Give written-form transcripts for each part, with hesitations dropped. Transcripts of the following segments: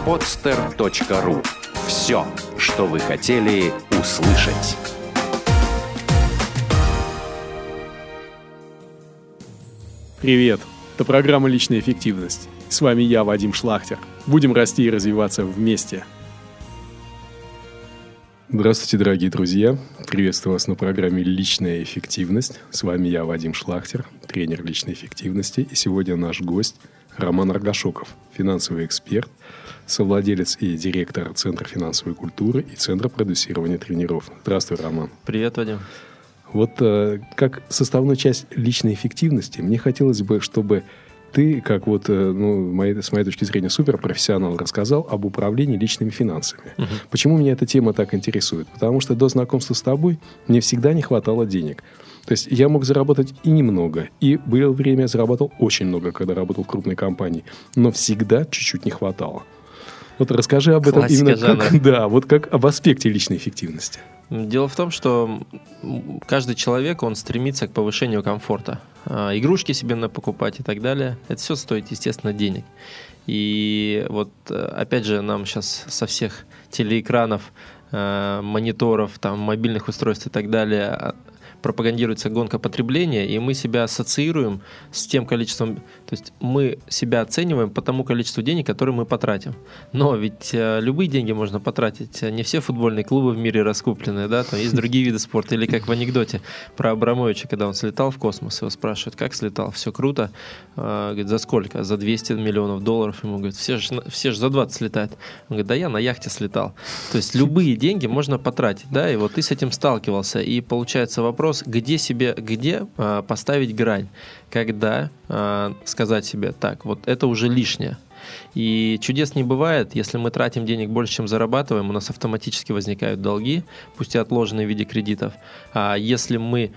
podster.ru. Все, что вы хотели услышать. Привет! Это программа «Личная эффективность». С вами я, Вадим Шлахтер. Будем расти и развиваться вместе. Здравствуйте, дорогие друзья. Приветствую вас на программе «Личная эффективность». С вами я, Вадим Шлахтер, тренер личной эффективности. И сегодня наш гость Роман Аргашоков, финансовый эксперт, совладелец и директор Центра финансовой культуры и Центра продюсирования тренеров. Здравствуй, Роман. Привет, Вадим. Вот как составную часть личной эффективности мне хотелось бы, чтобы ты, как с моей точки зрения, суперпрофессионал, рассказал об управлении личными финансами. Почему меня эта тема так интересует? Потому что до знакомства с тобой мне всегда не хватало денег. То есть я мог заработать и немного, и было время, я зарабатывал очень много, когда работал в крупной компании, но всегда чуть-чуть не хватало. Вот расскажи об этом именно как об аспекте личной эффективности. Дело в том, что каждый человек, он стремится к повышению комфорта. Игрушки себе покупать и так далее. Это все стоит, естественно, денег. И вот, опять же, нам сейчас со всех телеэкранов, мониторов, мобильных устройств и так далее пропагандируется гонка потребления, и мы себя ассоциируем с тем количеством, то есть мы себя оцениваем по тому количеству денег, которые мы потратим. Но ведь любые деньги можно потратить. Не все футбольные клубы в мире раскуплены, да, там есть другие виды спорта. Или как в анекдоте про Абрамовича, когда он слетал в космос, его спрашивают, как слетал, все круто. Говорит, за сколько? За 200 миллионов долларов. Ему говорят, все же за 20 слетают. Он говорит, да я на яхте слетал. То есть любые деньги можно потратить, да, и вот ты с этим сталкивался, и получается вопрос, где поставить грань, когда сказать себе, так, вот это уже лишнее. И чудес не бывает, если мы тратим денег больше, чем зарабатываем, у нас автоматически возникают долги, пусть и отложенные в виде кредитов. А если мы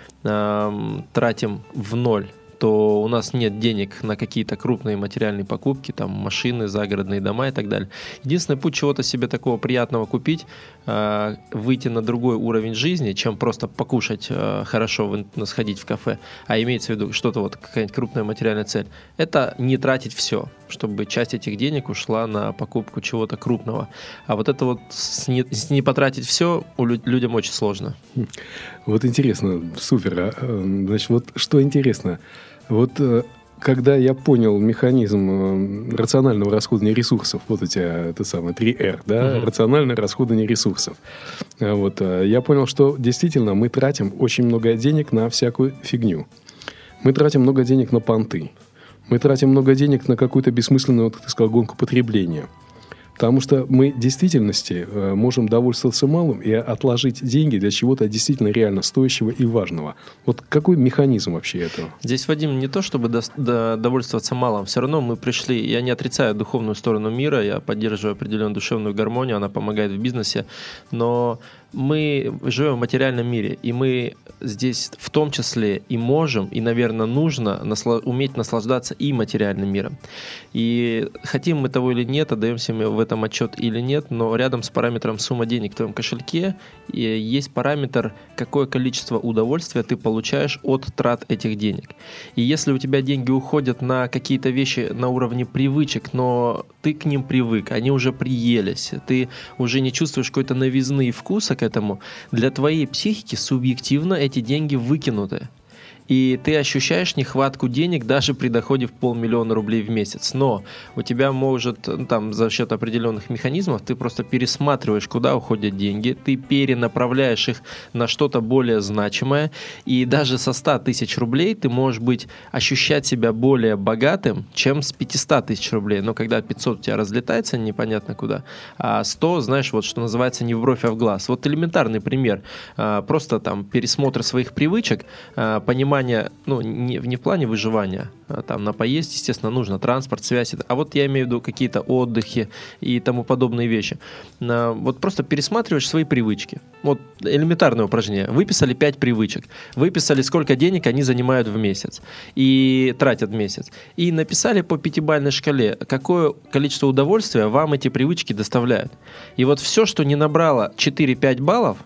тратим в ноль, то у нас нет денег на какие-то крупные материальные покупки, там машины, загородные дома и так далее. Единственный путь чего-то себе такого приятного купить, выйти на другой уровень жизни, чем просто покушать хорошо, сходить в кафе, а имеется в виду что-то вот какая-нибудь крупная материальная цель, это не тратить все, чтобы часть этих денег ушла на покупку чего-то крупного. А вот это вот не потратить все людям очень сложно. Вот интересно, супер. Значит, вот что интересно. Вот когда я понял механизм рационального расходования ресурсов, вот у тебя это самое 3R, да, рациональное расходование ресурсов, вот, я понял, что действительно мы тратим очень много денег на всякую фигню. Мы тратим много денег на понты. Мы тратим много денег на какую-то бессмысленную, вот, как ты сказал, гонку потребления. Потому что мы в действительности можем довольствоваться малым и отложить деньги для чего-то действительно реально стоящего и важного. Вот какой механизм вообще этого? Здесь, Вадим, не то, чтобы довольствоваться малым. Все равно мы пришли, я не отрицаю духовную сторону мира, я поддерживаю определенную душевную гармонию, она помогает в бизнесе, но мы живем в материальном мире, и мы здесь в том числе и можем, и, наверное, нужно уметь наслаждаться и материальным миром. И хотим мы того или нет, отдаем себе в этом отчет или нет, но рядом с параметром сумма денег в твоем кошельке есть параметр, какое количество удовольствия ты получаешь от трат этих денег. И если у тебя деньги уходят на какие-то вещи на уровне привычек, но ты к ним привык, они уже приелись, ты уже не чувствуешь какой-то новизны и вкуса к этому, для твоей психики субъективно эти деньги выкинуты. И ты ощущаешь нехватку денег даже при доходе в 500 000 рублей в месяц. Но у тебя может, за счет определенных механизмов, ты просто пересматриваешь, куда уходят деньги, ты перенаправляешь их на что-то более значимое, и даже со 100 000 рублей ты можешь ощущать себя более богатым, чем с 500 000 рублей. Но когда 500 у тебя разлетается непонятно куда, а 100, знаешь, вот что называется, не в бровь, а в глаз. Вот элементарный пример. Просто пересмотр своих привычек, понимание, не в плане выживания, на поесть, естественно, нужно транспорт, связь, а вот я имею в виду какие-то отдыхи и тому подобные вещи. Вот просто пересматриваешь свои привычки. Вот элементарное упражнение. Выписали 5 привычек, выписали, сколько денег они занимают в месяц и тратят в месяц, и написали по 5-бальной шкале, какое количество удовольствия вам эти привычки доставляют. И вот все, что не набрало 4-5 баллов,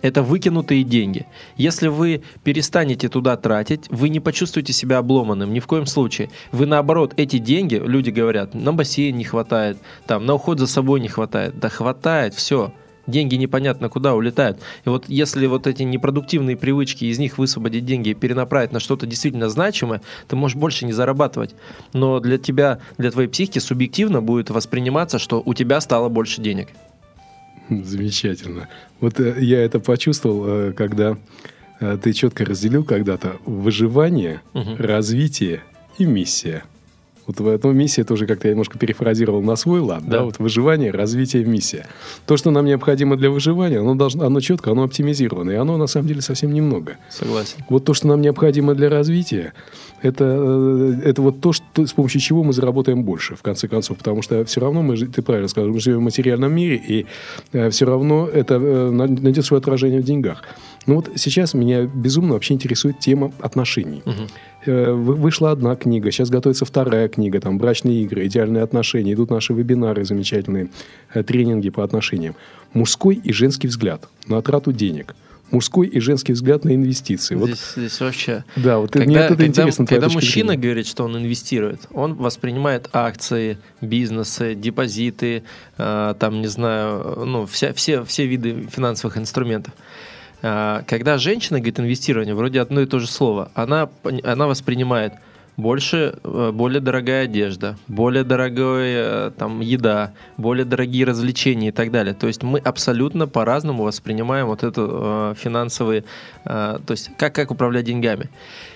это выкинутые деньги. Если вы перестанете туда тратить, вы не почувствуете себя обломанным ни в коем случае. Вы наоборот, эти деньги, люди говорят, на бассейн не хватает, там, на уход за собой не хватает. Да хватает, все. Деньги непонятно куда улетают. И вот если вот эти непродуктивные привычки, из них высвободить деньги и перенаправить на что-то действительно значимое, ты можешь больше не зарабатывать. Но для тебя, для твоей психики субъективно будет восприниматься, что у тебя стало больше денег. Замечательно. Вот я это почувствовал, когда ты четко разделил когда-то выживание, развитие и миссия. Вот в этом миссия тоже как-то я немножко перефразировал на свой лад. Да? Вот выживание, развитие, миссия. То, что нам необходимо для выживания, оно четко, оно оптимизировано. И оно на самом деле совсем немного. Согласен. Вот то, что нам необходимо для развития, это вот то, с помощью чего мы заработаем больше, в конце концов. Потому что все равно, ты правильно сказал, мы живем в материальном мире, и все равно это найдет свое отражение в деньгах. Ну вот сейчас меня безумно вообще интересует тема отношений. Вышла одна книга, сейчас готовится вторая книга, там «Брачные игры», «Идеальные отношения», идут наши вебинары замечательные, тренинги по отношениям. Мужской и женский взгляд на трату денег. Мужской и женский взгляд на инвестиции. Здесь вообще... Да, вот мне это интересно. Когда мужчина говорит, что он инвестирует, он воспринимает акции, бизнесы, депозиты, там, не знаю, все виды финансовых инструментов. Когда женщина говорит инвестирование, вроде одно и то же слово, она воспринимает более дорогая одежда, более дорогая там, еда, более дорогие развлечения и так далее. То есть мы абсолютно по-разному воспринимаем вот это финансовые, то есть как управлять деньгами.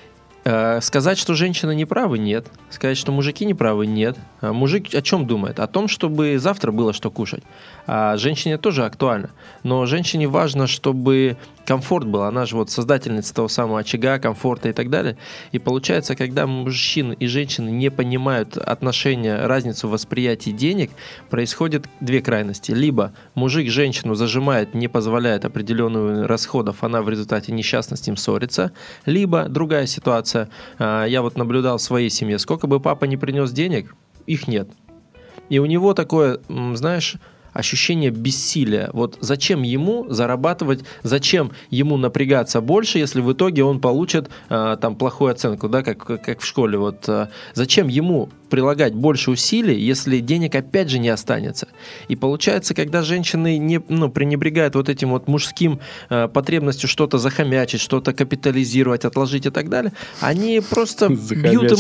Сказать, что женщины не правы, нет. Сказать, что мужики не правы, нет. Мужик о чем думает? О том, чтобы завтра было что кушать. А женщине тоже актуально. Но женщине важно, чтобы комфорт был. Она же вот создательница того самого очага, комфорта и так далее. И получается, когда мужчины и женщины не понимают отношения, разницу в восприятии денег, происходят две крайности. Либо мужик женщину зажимает, не позволяет определенных расходов, она в результате несчастна с ним ссорится. Либо другая ситуация. Я вот наблюдал в своей семье. Сколько бы папа не принес денег, их нет. И у него такое, знаешь, ощущение бессилия. Вот зачем ему зарабатывать, зачем ему напрягаться больше, если в итоге он получит там плохую оценку, да, как в школе. Вот, зачем ему прилагать больше усилий, если денег опять же не останется. И получается, когда женщины пренебрегают вот этим вот мужским потребностью что-то захомячить, что-то капитализировать, отложить и так далее, они просто бьют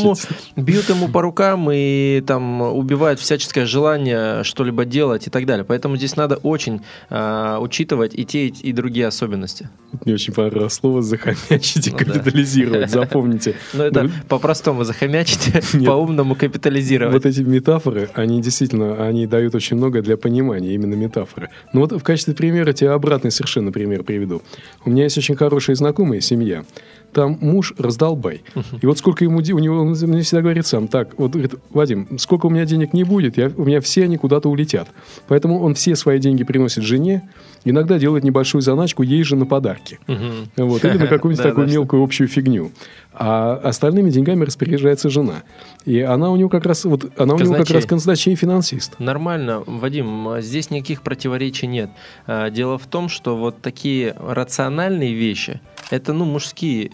ему по рукам и там убивают всяческое желание что-либо делать и так далее. Поэтому здесь надо очень учитывать и те, и другие особенности. Мне очень понравилось слово «захомячить» и «капитализировать». Запомните. Ну, это по-простому захомячить, по-умному капитализировать. Вот эти метафоры, они действительно, они дают очень много для понимания, именно метафоры. Но вот в качестве примера тебе обратный совершенно пример приведу. У меня есть очень хорошая знакомая семья. Там муж раздолбай. И вот сколько ему... У него, он мне всегда говорит сам, так, вот говорит, Вадим, сколько у меня денег не будет, у меня все они куда-то улетят. Поэтому он все свои деньги приносит жене, иногда делает небольшую заначку ей же на подарки. Вот, или на какую-нибудь такую мелкую общую фигню. А остальными деньгами распоряжается жена. И она у него как раз, казначей и финансист. Нормально, Вадим, здесь никаких противоречий нет. Дело в том, что вот такие рациональные вещи, это, мужские,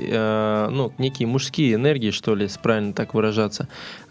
некие мужские энергии, что ли, правильно так выражаться.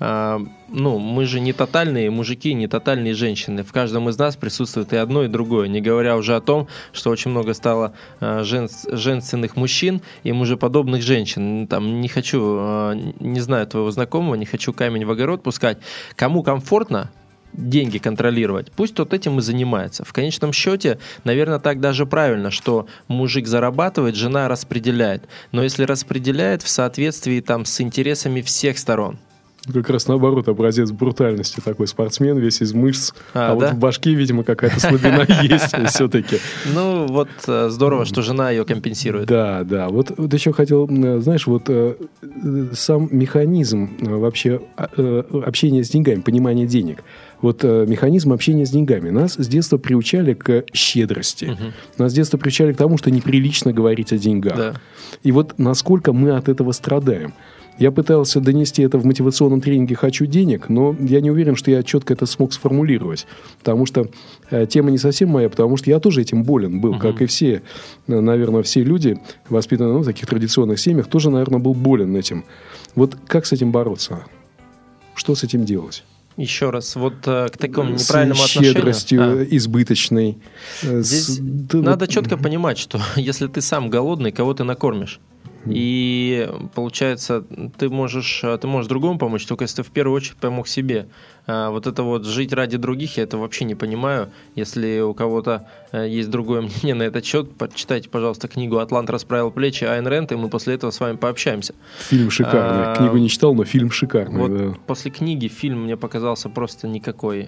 Мы же не тотальные мужики, не тотальные женщины. В каждом из нас присутствует и одно, и другое. Не говоря уже о том, что очень много стало женственных мужчин и мужеподобных женщин. Там не знаю твоего знакомого, не хочу камень в огород пускать. Кому комфортно деньги контролировать, пусть тот этим и занимается. В конечном счете, наверное, так даже правильно, что мужик зарабатывает, жена распределяет. Но если распределяет в соответствии там с интересами всех сторон. Как раз наоборот, образец брутальности. Такой спортсмен, весь из мышц. А вот в башке, видимо, какая-то слабина есть все-таки. Здорово, что жена ее компенсирует. Да. Вот еще хотел, знаешь, вот сам механизм вообще общения с деньгами, понимания денег. Вот механизм общения с деньгами. Нас с детства приучали к щедрости. Нас с детства приучали к тому, что неприлично говорить о деньгах. Да. И вот насколько мы от этого страдаем. Я пытался донести это в мотивационном тренинге «Хочу денег», но я не уверен, что я четко это смог сформулировать. Потому что тема не совсем моя, потому что я тоже этим болен был, как и все, наверное, все люди, воспитанные в таких традиционных семьях, тоже, наверное, был болен этим. Вот как с этим бороться? Что с этим делать? Еще раз, вот к такому неправильному отношению. С щедростью избыточной. Здесь надо четко понимать, что если ты сам голодный, кого ты накормишь? И получается, ты можешь другому помочь, только если ты в первую очередь помог себе. Вот это вот жить ради других, я это вообще не понимаю. Если у кого-то есть другое мнение на этот счет, почитайте, пожалуйста, книгу «Атлант расправил плечи» Айн Рэнд, и мы после этого с вами пообщаемся. Фильм шикарный. Книгу не читал, но фильм шикарный. Вот да. После книги фильм мне показался просто никакой.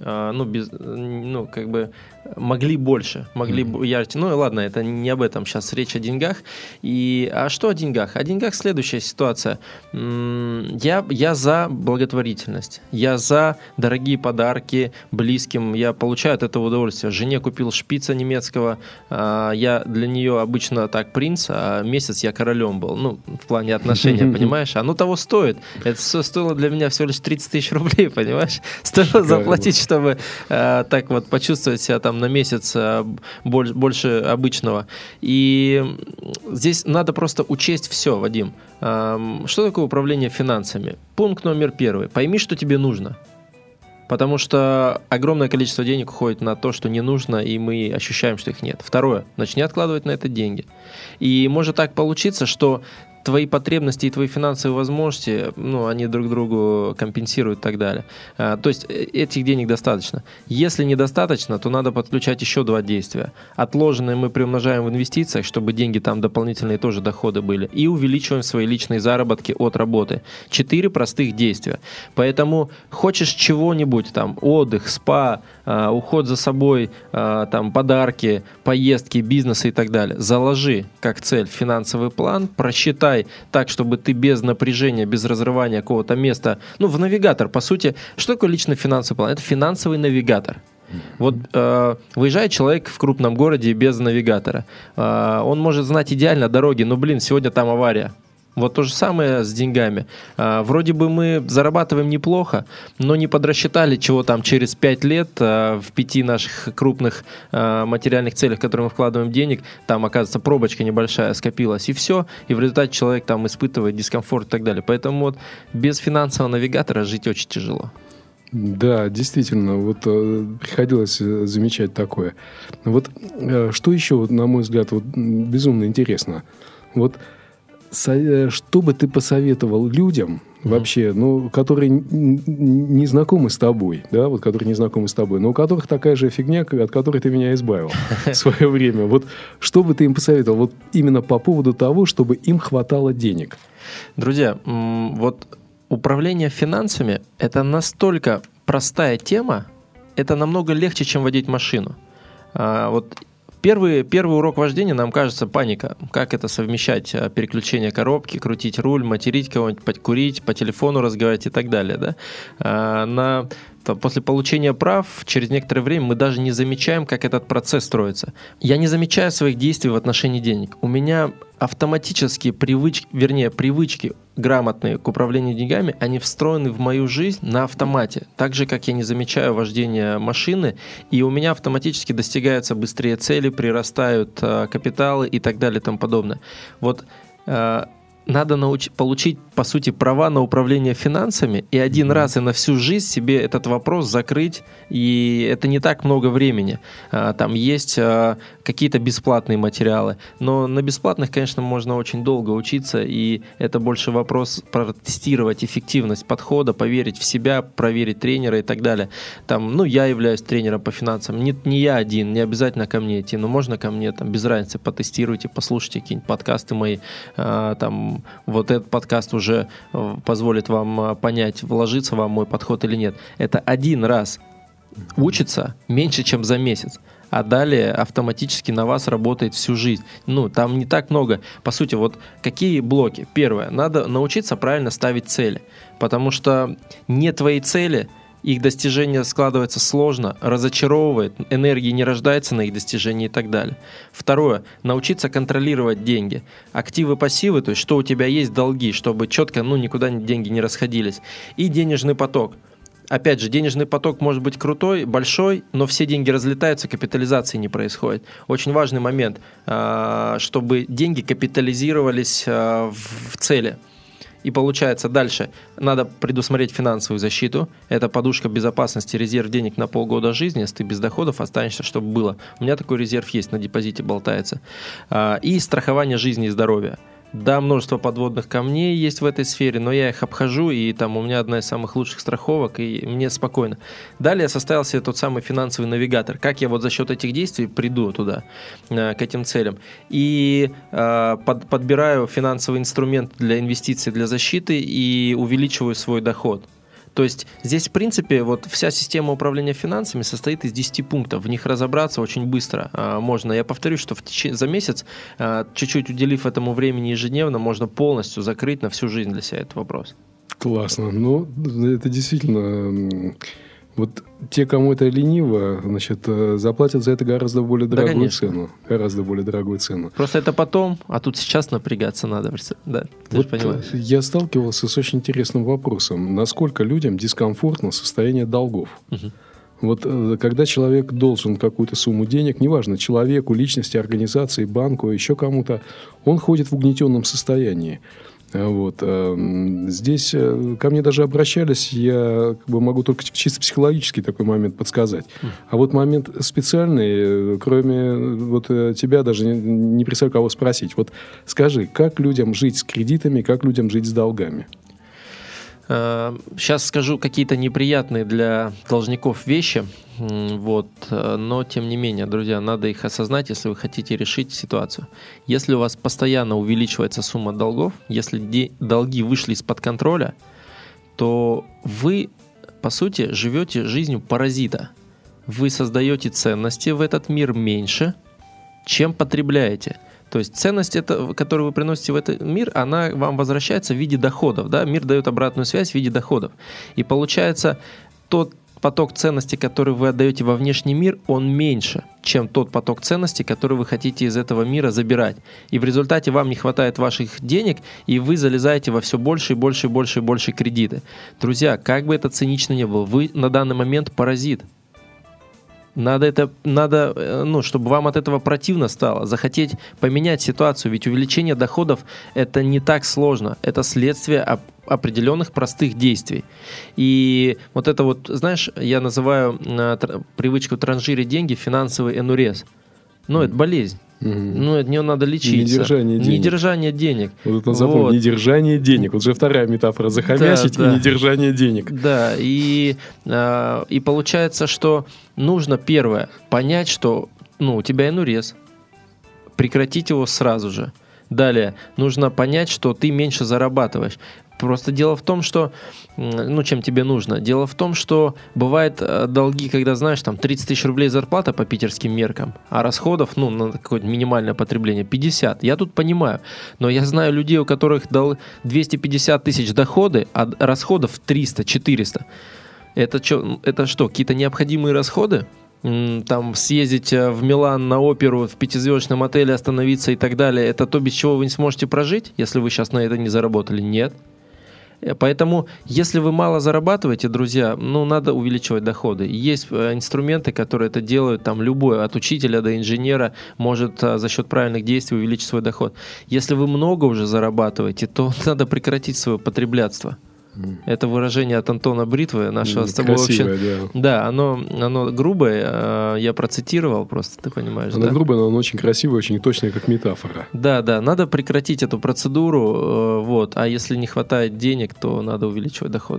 Могли больше. Ну ладно, это не об этом сейчас речь, о деньгах. А что о деньгах? О деньгах следующая ситуация. Я за благотворительность. Я за дорогие подарки близким. Я получаю от этого удовольствие. Жене купил шпица немецкого. Я для нее обычно так принц, а месяц я королем был. Ну, в плане отношения, понимаешь? Оно того стоит. Это все стоило для меня всего лишь 30 тысяч рублей, понимаешь? Стоило заплатить, чтобы так вот почувствовать себя там на месяц больше обычного. И здесь надо просто учесть все, Вадим. Что такое управление финансами? Пункт номер 1. Пойми, что тебе нужно. Потому что огромное количество денег уходит на то, что не нужно, и мы ощущаем, что их нет. 2. Начни откладывать на это деньги. И может так получиться, что твои потребности и твои финансовые возможности, они друг другу компенсируют и так далее. То есть этих денег достаточно. Если недостаточно, то надо подключать еще 2 действия. Отложенные мы приумножаем в инвестициях, чтобы деньги там дополнительные тоже доходы были, и увеличиваем свои личные заработки от работы. 4 простых действия. Поэтому хочешь чего-нибудь, там, отдых, спа, уход за собой, там, подарки, поездки, бизнесы и так далее, заложи как цель финансовый план, просчитай так, чтобы ты без напряжения, без разрывания какого-то места, в навигатор, по сути, что такое личный финансовый план? Это финансовый навигатор. Вот выезжает человек в крупном городе без навигатора. Он может знать идеально дороги, но, сегодня там авария. Вот то же самое с деньгами. Вроде бы мы зарабатываем неплохо, но не подрасчитали, чего там через 5 лет в 5 наших крупных материальных целях, в которые мы вкладываем денег, там, оказывается, пробочка небольшая скопилась, и все. И в результате человек там испытывает дискомфорт и так далее. Поэтому вот без финансового навигатора жить очень тяжело. Да, действительно, вот приходилось замечать такое. Вот что еще, на мой взгляд, безумно интересно. Вот что бы ты посоветовал людям вообще, которые не знакомы с тобой, да, вот которые не знакомы с тобой, но у которых такая же фигня, от которой ты меня избавил в свое время. Вот что бы ты им посоветовал вот именно по поводу того, чтобы им хватало денег? Друзья, вот управление финансами – это настолько простая тема, это намного легче, чем водить машину. Вот Первый урок вождения нам кажется паника. Как это совмещать? Переключение коробки, крутить руль, материть кого-нибудь, курить, по телефону разговаривать и так далее. Да? После получения прав, через некоторое время мы даже не замечаем, как этот процесс строится. Я не замечаю своих действий в отношении денег. У меня автоматические привычки грамотные к управлению деньгами, они встроены в мою жизнь на автомате. Так же, как я не замечаю вождение машины, и у меня автоматически достигаются быстрее цели, прирастают капиталы и так далее и тому подобное. Вот надо получить, по сути, права на управление финансами и один раз и на всю жизнь себе этот вопрос закрыть, и это не так много времени. Там есть какие-то бесплатные материалы, но на бесплатных, конечно, можно очень долго учиться, и это больше вопрос протестировать эффективность подхода, поверить в себя, проверить тренера и так далее. Я являюсь тренером по финансам, не я один, не обязательно ко мне идти, но можно ко мне, без разницы, потестируйте, послушайте какие-нибудь подкасты мои, вот этот подкаст уже позволит вам понять, вложится вам мой подход или нет. Это один раз учится меньше, чем за месяц, а далее автоматически на вас работает всю жизнь. Там не так много. По сути, вот какие блоки? Первое, надо научиться правильно ставить цели, потому что не твои цели их достижение складывается сложно, разочаровывает, энергии не рождается на их достижении и так далее. Второе. Научиться контролировать деньги. Активы, пассивы, то есть что у тебя есть, долги, чтобы четко, никуда деньги не расходились. И денежный поток. Опять же, денежный поток может быть крутой, большой, но все деньги разлетаются, капитализации не происходит. Очень важный момент, чтобы деньги капитализировались в цели. И получается дальше надо предусмотреть финансовую защиту. Это подушка безопасности, резерв денег на полгода жизни. Если ты без доходов останешься, чтобы было. У меня такой резерв есть, на депозите болтается. И страхование жизни и здоровья. Да, множество подводных камней есть в этой сфере, но я их обхожу, и там у меня одна из самых лучших страховок, и мне спокойно. Далее я составил себе тот самый финансовый навигатор. Как я вот за счет этих действий приду туда, к этим целям. И подбираю финансовый инструмент для инвестиций, для защиты, и увеличиваю свой доход. То есть здесь, в принципе, вот вся система управления финансами состоит из 10 пунктов. В них разобраться очень быстро можно. Я повторюсь, что за месяц, чуть-чуть уделив этому времени ежедневно, можно полностью закрыть на всю жизнь для себя этот вопрос. Классно. Ну, это действительно... Вот те, кому это лениво, значит, заплатят за это гораздо более дорогую цену. Гораздо более дорогую цену. Просто это потом, а тут сейчас напрягаться надо. Да, ты вот же понимаешь. Я сталкивался с очень интересным вопросом. Насколько людям дискомфортно состояние долгов? Угу. Вот когда человек должен какую-то сумму денег, неважно, человеку, личности, организации, банку, еще кому-то, он ходит в угнетенном состоянии. Вот. Здесь ко мне даже обращались, я могу только чисто психологический такой момент подсказать. А вот момент специальный, кроме вот тебя, даже не представляю, кого спросить. Вот скажи, как людям жить с кредитами, как людям жить с долгами? Сейчас скажу какие-то неприятные для должников вещи, вот, но тем не менее, друзья, надо их осознать, если вы хотите решить ситуацию. Если у вас постоянно увеличивается сумма долгов, если долги вышли из-под контроля, то вы, по сути, живете жизнью паразита. Вы создаете ценности в этот мир меньше, чем потребляете. То есть ценность, которую вы приносите в этот мир, она вам возвращается в виде доходов. Да? Мир дает обратную связь в виде доходов. И получается, тот поток ценностей, который вы отдаете во внешний мир, он меньше, чем тот поток ценностей, который вы хотите из этого мира забирать. И в результате вам не хватает ваших денег, и вы залезаете во все больше и больше и больше и больше кредиты. Друзья, как бы это цинично ни было, вы на данный момент паразит. Надо, чтобы вам от этого противно стало, захотеть поменять ситуацию, ведь увеличение доходов – это не так сложно, это следствие определенных простых действий. И вот это вот, знаешь, я называю привычку транжирить деньги финансовый энурез. Это болезнь. От нее надо лечиться. Недержание денег. Вот это запомнил, недержание денег. Вот же вторая метафора. Захомячить и недержание денег. Да, и получается, что нужно, первое, понять, что у тебя энурез. Прекратить его сразу же. Далее, нужно понять, что ты меньше зарабатываешь. Просто дело в том, что, чем тебе нужно? Дело в том, что бывают долги, когда, знаешь, там 30 тысяч рублей зарплата по питерским меркам, а расходов, на какое-то минимальное потребление 50. Я тут понимаю, но я знаю людей, у которых 250 тысяч доходы, а расходов 300-400. Это что, какие-то необходимые расходы? Там съездить в Милан на оперу, в 5-звездочном отеле остановиться и так далее. Это то, без чего вы не сможете прожить, если вы сейчас на это не заработали? Нет. Поэтому, если вы мало зарабатываете, друзья, надо увеличивать доходы. Есть инструменты, которые это делают, там любой, от учителя до инженера может за счет правильных действий увеличить свой доход. Если вы много уже зарабатываете, то надо прекратить свое потреблятство. Это выражение от Антона Бритвы, нашего с тобой красивое, да, оно грубое, я процитировал просто, ты понимаешь. Оно грубое, но оно очень красивое, очень точное, как метафора. Да, надо прекратить эту процедуру, а если не хватает денег, то надо увеличивать доход.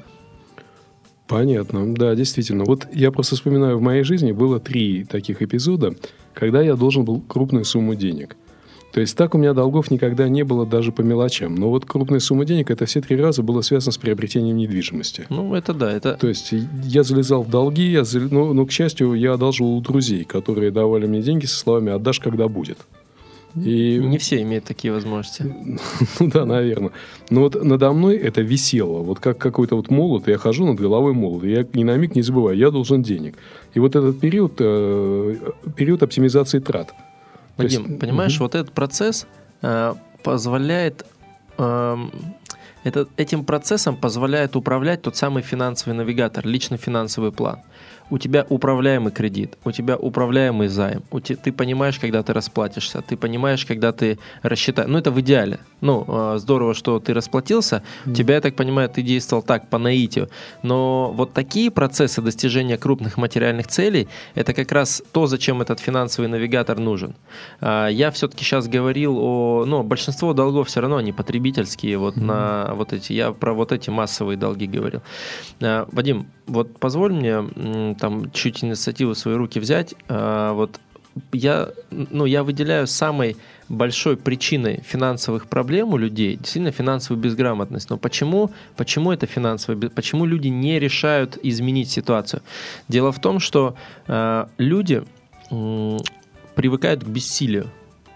Понятно, да, действительно. Вот я просто вспоминаю, в моей жизни было 3 таких эпизода, когда я должен был крупную сумму денег. То есть так у меня долгов никогда не было даже по мелочам. Но вот крупная сумма денег, это все 3 раза было связано с приобретением недвижимости. Это да. То есть я залезал в долги, но, к счастью, я одолжил у друзей, которые давали мне деньги со словами «отдашь, когда будет». И... Не все имеют такие возможности. Ну да, наверное. Но вот надо мной это висело. Вот как какой-то вот молот, я хожу над головой молот. И я ни на миг не забываю, я должен денег. И вот этот период оптимизации трат. Вадим, понимаешь, вот этот процесс позволяет... Этим процессом позволяет управлять тот самый финансовый навигатор, личный финансовый план. У тебя управляемый кредит, у тебя управляемый займ, ты понимаешь, когда ты расплатишься, ты понимаешь, когда ты рассчитаешь. Ну, это в идеале. Здорово, что ты расплатился. У тебя, я так понимаю, ты действовал так, по наитию. Но вот такие процессы достижения крупных материальных целей, это как раз то, зачем этот финансовый навигатор нужен. Я все-таки сейчас говорил большинство долгов все равно, они потребительские, я про вот эти массовые долги говорил. Вадим, вот позволь мне там чуть инициативу в свои руки взять. Я выделяю самой большой причиной финансовых проблем у людей действительно финансовую безграмотность. Но почему это финансовая? Почему люди не решают изменить ситуацию? Дело в том, что люди привыкают к бессилию.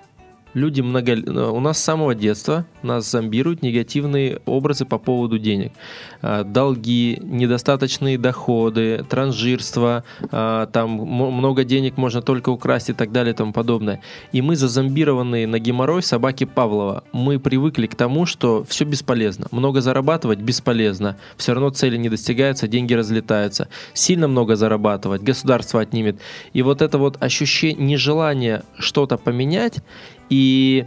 У нас с самого детства нас зомбируют негативные образы по поводу денег. Долги, недостаточные доходы, транжирство, там много денег можно только украсть и так далее и тому подобное. И мы зазомбированные на геморрой собаки Павлова. Мы привыкли к тому, что все бесполезно. Много зарабатывать бесполезно. Все равно цели не достигаются, деньги разлетаются. Сильно много зарабатывать, государство отнимет. И вот это вот ощущение нежелания что-то поменять. И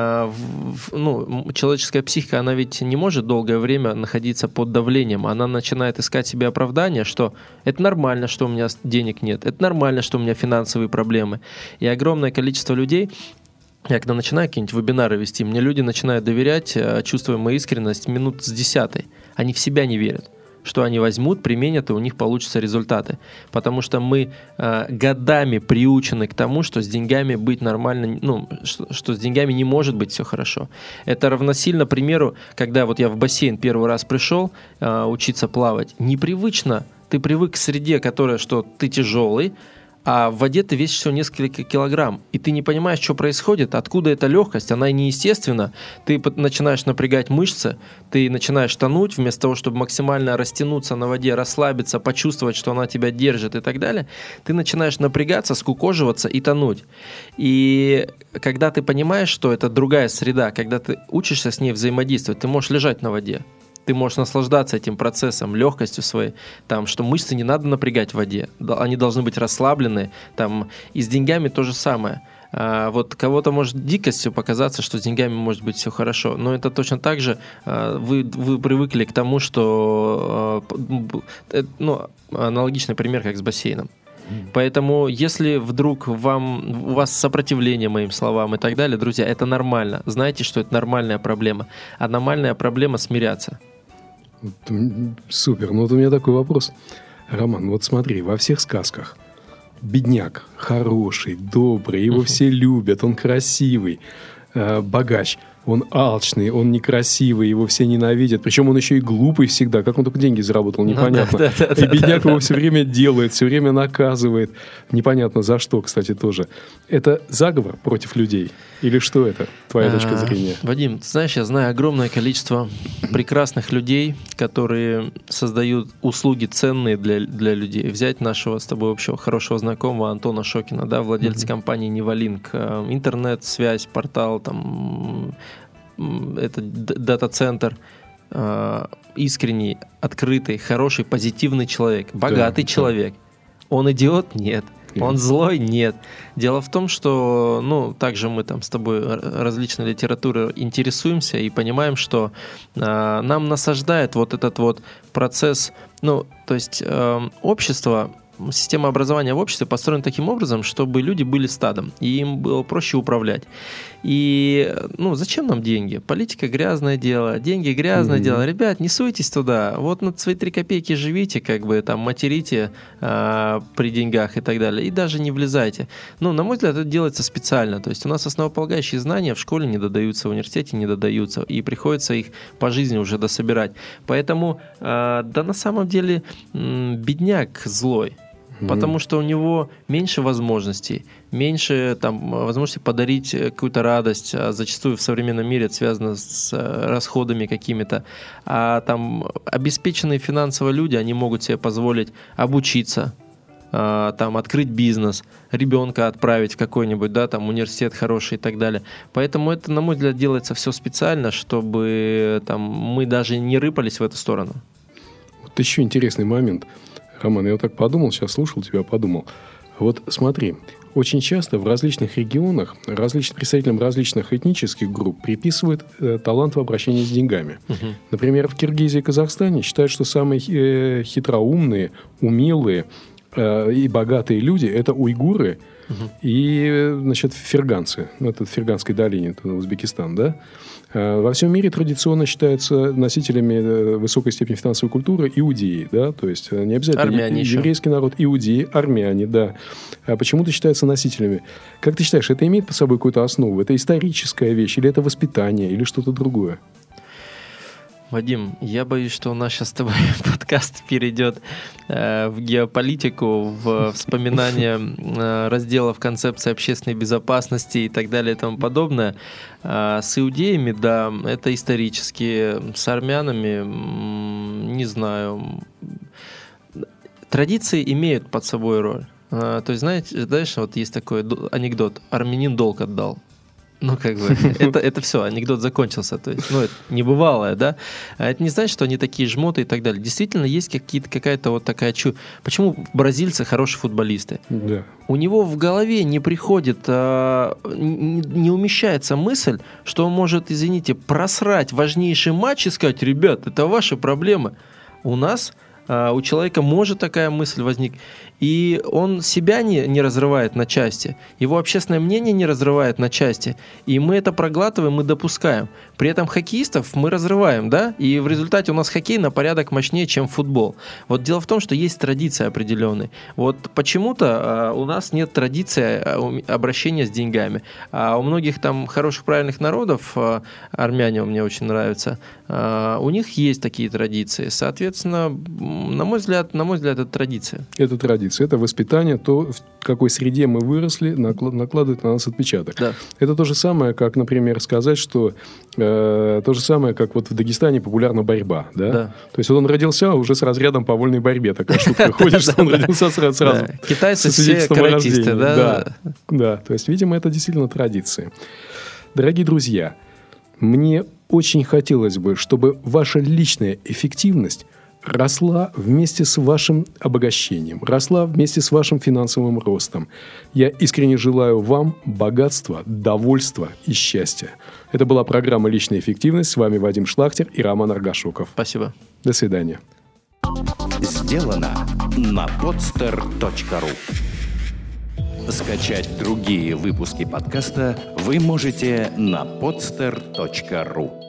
человеческая психика, она ведь не может долгое время находиться под давлением. Она начинает искать себе оправдание, что это нормально, что у меня денег нет, это нормально, что у меня финансовые проблемы. И огромное количество людей, я когда начинаю какие-нибудь вебинары вести, мне люди начинают доверять, чувствуя мою искренность, минут с 10. Они в себя не верят, что они возьмут, применят, и у них получатся результаты. Потому что мы годами приучены к тому, что с деньгами быть нормально, что с деньгами не может быть все хорошо. Это равносильно примеру, когда вот я в бассейн первый раз пришел учиться плавать. Непривычно, ты привык к среде, которая, что ты тяжелый, а в воде ты весишь всего несколько килограмм, и ты не понимаешь, что происходит, откуда эта легкость, она неестественна. Ты начинаешь напрягать мышцы, ты начинаешь тонуть, вместо того, чтобы максимально растянуться на воде, расслабиться, почувствовать, что она тебя держит и так далее, ты начинаешь напрягаться, скукоживаться и тонуть. И когда ты понимаешь, что это другая среда, когда ты учишься с ней взаимодействовать, ты можешь лежать на воде. Ты можешь наслаждаться этим процессом, легкостью своей, что мышцы не надо напрягать в воде, они должны быть расслаблены. И с деньгами то же самое. Вот кого-то может дикостью показаться, что с деньгами может быть все хорошо, но это точно так же вы привыкли к тому, что аналогичный пример, как с бассейном. Поэтому, если вдруг у вас сопротивление моим словам и так далее, друзья, это нормально. Знайте, что это нормальная проблема. А нормальная проблема — смиряться. Супер. Вот у меня такой вопрос. Роман, вот смотри, во всех сказках бедняк хороший, добрый, его все любят, он красивый, богач. Он алчный, он некрасивый, его все ненавидят. Причем он еще и глупый всегда. Как он только деньги заработал, непонятно. И бедняк его все время делает, все время наказывает. Непонятно за что, кстати, тоже. Это заговор против людей? Или что это, твоя точка зрения? Вадим, ты знаешь, я знаю огромное количество прекрасных людей, которые создают услуги ценные для людей. Взять нашего с тобой общего хорошего знакомого Антона Шокина, владельца компании Невалинк. Интернет, связь, портал, это дата-центр, искренний, открытый, хороший, позитивный человек, богатый человек. Он идиот? Нет. Он злой? Нет. Дело в том, что, также мы с тобой различной литературой интересуемся и понимаем, что нам насаждает вот этот вот процесс, общество. Система образования в обществе построена таким образом, чтобы люди были стадом, и им было проще управлять. И, зачем нам деньги? Политика — грязное дело, деньги — грязное дело. Ребят, не суйтесь туда. Вот на свои 3 копейки живите, материте при деньгах и так далее, и даже не влезайте. На мой взгляд, это делается специально. То есть у нас основополагающие знания в школе не додаются, в университете не додаются, и приходится их по жизни уже дособирать. Поэтому, на самом деле, бедняк злой. потому что у него меньше возможностей, меньше там возможности подарить какую-то радость. А зачастую в современном мире это связано с расходами какими-то. А там обеспеченные финансово люди, они могут себе позволить обучиться, там, открыть бизнес, ребенка отправить в какой-нибудь, да, там, университет хороший и так далее. Поэтому это, на мой взгляд, делается все специально, чтобы там, мы даже не рыпались в эту сторону. Вот еще интересный момент. Роман, я вот так подумал, сейчас слушал тебя, подумал. Вот смотри, очень часто в различных регионах представителям различных этнических групп приписывают талант в обращении с деньгами. Например, в Киргизии и Казахстане считают, что самые хитроумные, умелые и богатые люди – это уйгуры и, значит, ферганцы. Это в Ферганской долине, это Узбекистан, да? Во всем мире традиционно считаются носителями высокой степени финансовой культуры иудеи, да? То есть не обязательно армяне еврейский народ, иудеи, армяне, да. А почему-то считаются носителями. Как ты считаешь, это имеет под собой какую-то основу? Это историческая вещь, или это воспитание, или что-то другое? Вадим, я боюсь, что у нас сейчас с тобой подкаст перейдет в геополитику, в вспоминание разделов концепции общественной безопасности и так далее и тому подобное. С иудеями, да, это исторически. С армянами, не знаю. Традиции имеют под собой роль. То есть, знаешь, вот есть такой анекдот: армянин долг отдал. Ну, как бы, это все, анекдот закончился. То есть, это небывалое, да? А это не значит, что они такие жмоты и так далее. Действительно, есть какая-то вот такая Почему бразильцы хорошие футболисты? Да. У него в голове не приходит, не умещается мысль, что он может, извините, просрать важнейший матч и сказать: ребят, это ваши проблемы. У нас... у человека может такая мысль возникнуть. И он себя не разрывает на части. Его общественное мнение не разрывает на части. И мы это проглатываем, мы допускаем. При этом хоккеистов мы разрываем, да? И в результате у нас хоккей на порядок мощнее, чем футбол. Вот дело в том, что есть традиции определенные. Вот почему-то у нас нет традиции обращения с деньгами. А у многих там хороших, правильных народов, армяне мне очень нравятся, у них есть такие традиции. Соответственно, на мой взгляд, это традиция. Это традиция, это воспитание, то, в какой среде мы выросли, накладывает на нас отпечаток. Да. Это то же самое, как, например, сказать, что то же самое, как вот в Дагестане популярна борьба. Да? Да. То есть вот он родился уже с разрядом по вольной борьбе. Такая шутка ходит, что он родился сразу. Китайцы все каратисты, да? Да, то есть, видимо, это действительно традиция. Дорогие друзья, мне очень хотелось бы, чтобы ваша личная эффективность росла вместе с вашим обогащением, росла вместе с вашим финансовым ростом. Я искренне желаю вам богатства, довольства и счастья. Это была программа «Личная эффективность». С вами Вадим Шлахтер и Роман Аргашуков. Спасибо. До свидания. Сделано на podster.ru. Скачать другие выпуски подкаста вы можете на podster.ru.